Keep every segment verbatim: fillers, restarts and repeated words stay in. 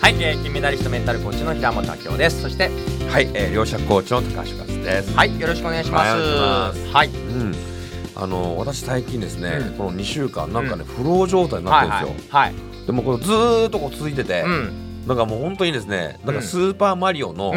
はい、えー、金メダリストメンタルコーチの平本明夫です。そしてはい、えー、両者コーチの高橋勝です。 はい、よろしくお願いします。 はい、うん、あの私最近ですね、うん、このにしゅうかんなんかね、うん、フロー状態になってるんですよ、はいはいはい、でもこれずーっとこう続いてて、うん、なんかもう本当にですね、なんかスーパーマリオの、うん、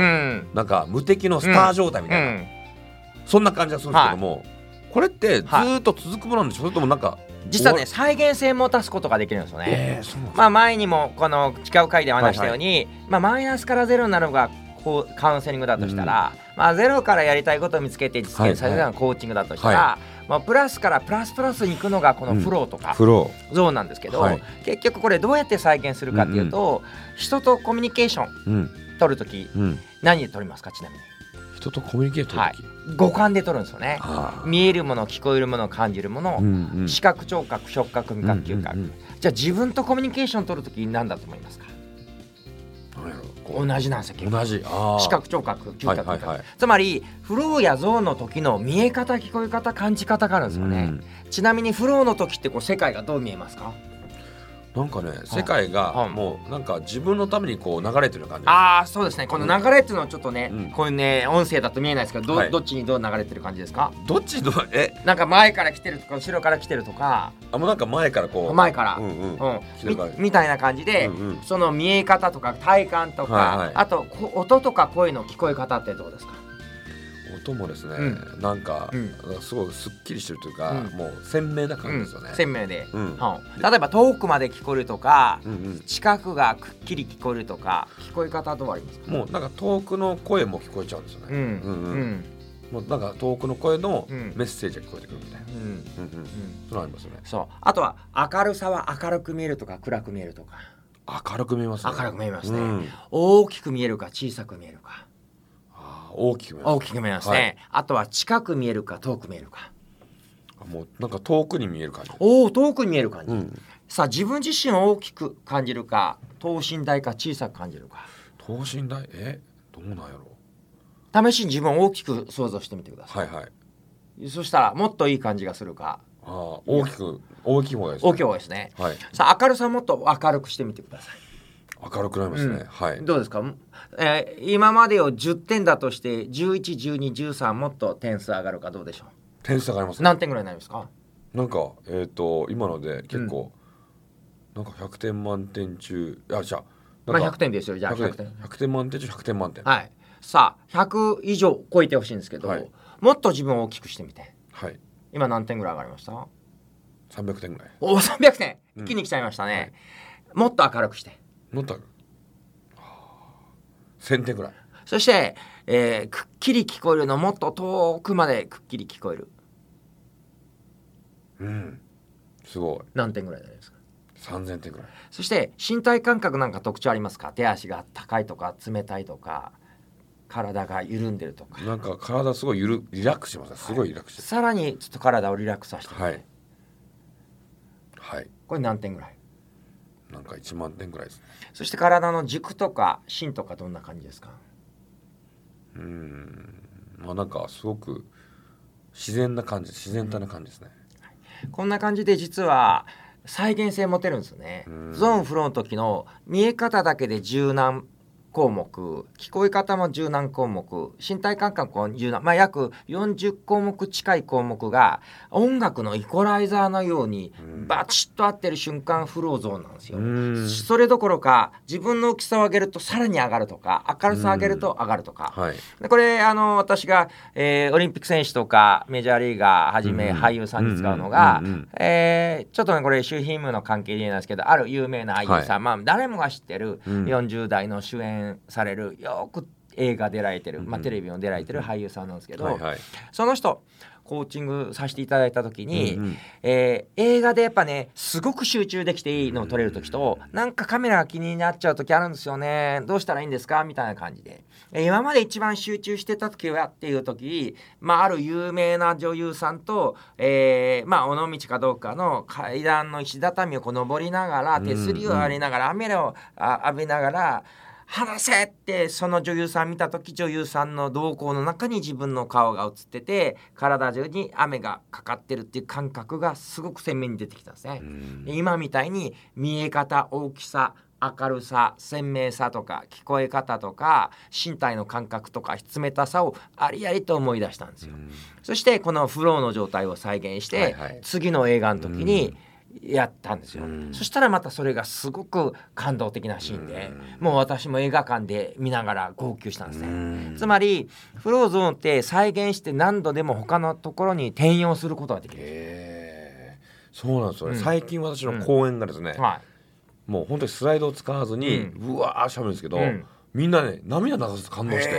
なんか無敵のスター状態みたいな、うん、そんな感じがするんですけども、はい、これってずーっと続くものなんでしょう、それともなんか実はね、再現性を持たすことができるんですよね、えー、そうなんですか。まあ、前にもこの違う回でお話したように、はいはい、まあ、マイナスからゼロになるのがこうカウンセリングだとしたら、うん、まあ、ゼロからやりたいことを見つけて実現されるのがコーチングだとしたら、はいはい、まあ、プラスからプラスプラスに行くのがこのフローとか、うん、フローゾーンなんですけど、はい、結局これどうやって再現するかっていうと、うんうん、人とコミュニケーション、うん、取るとき、うん、何で取りますか？ちなみに人とコミュニケーション取るとき、 はい、五感で取るんですよね。見えるもの、聞こえるもの、感じるもの、うんうん、視覚、聴覚、触覚、味覚、嗅覚、うんうんうん、じゃあ自分とコミュニケーション取るとき何だと思いますか？同じなんですよ。 同じ。あ、 視覚、聴覚、嗅覚、はいはいはい、つまりフローやゾーンの時の見え方、聞こえ方、感じ方があるんですよね、うん、ちなみにフローの時ってこう世界がどう見えますか？ なんかね、世界がもうなんか自分のためにこう流れてる感じ。 ああ、そうですね。この流れっていうのはちょっとね、うん、こういうね、音声だと見えないですけど、 ど,、はい、どっちにどう流れてる感じですか？ どっちどえなんか前から来てるとか後ろから来てるとか、 あ、もうなんか前からこう前から、うんうんうん、み, みたいな感じで、うんうん、その見え方とか体感とか、はいはい、あと音とか声の聞こえ方ってどうですか？ 音もですね、うん、なんか、うん、すごいすっきりしてるというか、うん、もう鮮明な感じですよね、 うん、鮮明で、うんうん、例えば遠くまで聞こえるとか、うんうん、近くがくっきり聞こえるとか、聞こえ方はどうありますか？ もうなんか遠くの声も聞こえちゃうんですよね、うんうんうん、もうなんか遠くの声のメッセージが聞こえてくるみたいな、うんうんうん、そうなりますよね。 そう、あとは明るさは明るく見えるとか暗く見えるとか。 明るく見えますね。 明るく見えますね、うん、大きく見えるか小さく見えるか。 大きく見えます、 大きく見えますね、はい、あとは近く見えるか遠く見えるか。 もうなんか遠くに見える感じ。 おお、遠くに見える感じ、うん、さあ自分自身を大きく感じるか等身大か小さく感じるか。 等身大、えどうなんやろ。試しに自分を大きく想像してみてください。はいはい。そしたらもっといい感じがするか。 あ、大きく大きい方がいいですね。 大きい方がいいですね、はい、さあ明るさをもっと明るくしてみてください。 明るくなりますね、うん、はい。 どうですか、えー、今までをじゅってんだとしてじゅういち、じゅうに、じゅうさんもっと点数上がるかどうでしょう。 点数上がりますね。 何点ぐらいになりますか？ なんかえっ、ー、と今ので結構、うん、なんかひゃくてん満点中、あ、じゃあまあひゃくてんですよ。じゃあひゃくてん、 ひゃくてん満点中ひゃくてん満点、 はい。さあひゃく以上超えてほしいんですけど、はい、もっと自分を大きくしてみて、はい、今何点ぐらい上がりました？ さんびゃくてんぐらい。 おお、さんびゃくてん、一気に来ちゃいましたね、うん、はい、もっと明るくして、 もっとせんてんぐらい。 そして、えー、くっきり聞こえるのもっと遠くまでくっきり聞こえる。 うん、すごい。 何点ぐらいになりますか？ さんぜんてんぐらい。 そして身体感覚なんか特徴ありますか？手足が高いとか冷たいとか、体が緩んでるとか。 なんか体すごいゆるリラックスしますね。すごいリラックスして、 はい、さらにちょっと体をリラックスさせて、 はいはい、 これ何点ぐらい？ なんかいちまんてんぐらいですね。 そして体の軸とか芯とかどんな感じですか？ うーん、まあなんかすごく自然な感じ、自然体な感じですね、 うん、こんな感じで実は再現性持てるんですよね。ゾーンフローの時の見え方だけで柔軟項目、聞こえ方も柔軟項目、身体感覚も柔軟、まあ、約よんじゅっこうもく近い項目が音楽のイコライザーのようにバチッと合ってる瞬間フローゾーンなんですよ。うん、それどころか自分の大きさを上げるとさらに上がるとか、明るさを上げると上がるとか、はい、でこれあの私が、えー、オリンピック選手とかメジャーリーガーはじめ俳優さんに使うのが、えー、ちょっとねこれ主賓務の関係で言えないですけど、ある有名な俳優さん、はい、まあ、誰もが知ってるよんじゅう代の主演される、よく映画出られてる、まあ、テレビも出られてる俳優さんなんですけど、はいはい、その人コーチングさせていただいた時に、うんうん、えー、映画でやっぱねすごく集中できていいのを撮れる時と、なんかカメラが気になっちゃう時あるんですよね、どうしたらいいんですかみたいな感じで、今まで一番集中してた時はっていう時、まあ、ある有名な女優さんと、えーまあ、尾道かどうかの階段の石畳をこう登りながら、手すりをありながら、雨を浴びながら話せってその女優さん見た時、女優さんの瞳孔の中に自分の顔が映ってて、体中に雨がかかってるっていう感覚がすごく鮮明に出てきたんですね。今みたいに見え方、大きさ、 明るさ、鮮明さとか聞こえ方とか身体の感覚とか冷たさをありありと思い出したんですよ。そしてこのフローの状態を再現して、はいはい、次の映画の時にやったんですよ。そしたらまたそれがすごく感動的なシーンで、もう私も映画館で見ながら号泣したんですね。つまりフローゾーンって再現して何度でも他のところに転用することができる。 へー、そうなんですよね、うん、最近私の講演がですね、うん、はい、もう本当にスライドを使わずに、うん、うわーしゃべるんですけど、うん、みんなね涙流すと感動して、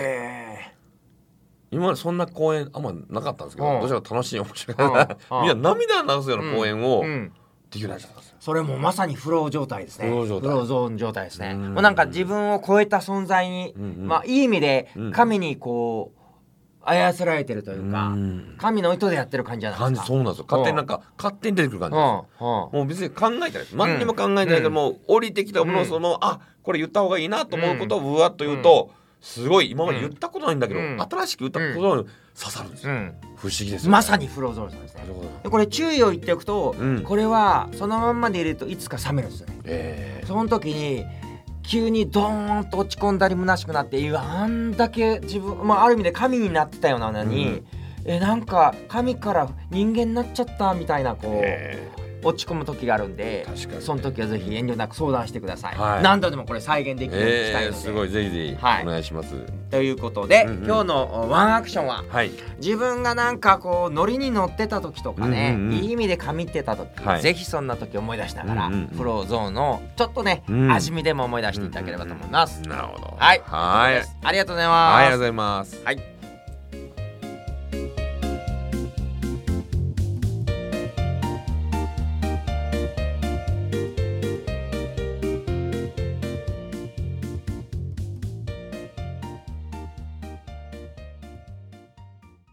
今までそんな講演あんまなかったんですけど、どちらか楽しい面白いみんな涙流すような講演を、うんうん、できるようになっちゃったんですよ。 それもまさにフロー状態ですね。フロー状態、フローゾーン状態ですね。もうなんか自分を超えた存在に、うんうん、まあいい意味で神にこう操られてるというか、うん、神の意図でやってる感じじゃないですか。 そうなんですよ。勝手になんか勝手に出てくる感じです。もう別に考えてない、何にも考えてないけども、うん、降りてきたものをその、うん、あ、これ言った方がいいなと思うことをぶわっと言うと、うん、すごい今まで言ったことないんだけど、うん、新しく言ったことに刺さるんですよ、うん、不思議ですよね。 まさにフローゾーンなんですね。でこれ注意を言っておくと、うん、これはそのまんまで入れるといつか冷めるんですよね、えー、その時に急にドーンと落ち込んだり虚しくなって、いやあんだけ自分、まあ、ある意味で神になってたようなのに、うん、えなんか神から人間になっちゃったみたいなこう落ち込む時があるんで、ね、その時はぜひ遠慮なく相談してください、はい、何度でもこれ再現できるようにしたいので、えー、 すごいぜひぜひお願いします、 はい、ということで、うんうん、今日のワンアクションは、はい、自分がなんかこうノリに乗ってた時とかね、うんうんうん、いい意味で神ってた時、はい、ぜひそんな時思い出しながら、うんうんうん、フローゾーンのちょっとね、うん、味見でも思い出していただければと思います、 うんうんうん、なるほど、 はい、 はい、 ありがとうございます。 はい、ありがとうございます。 はい。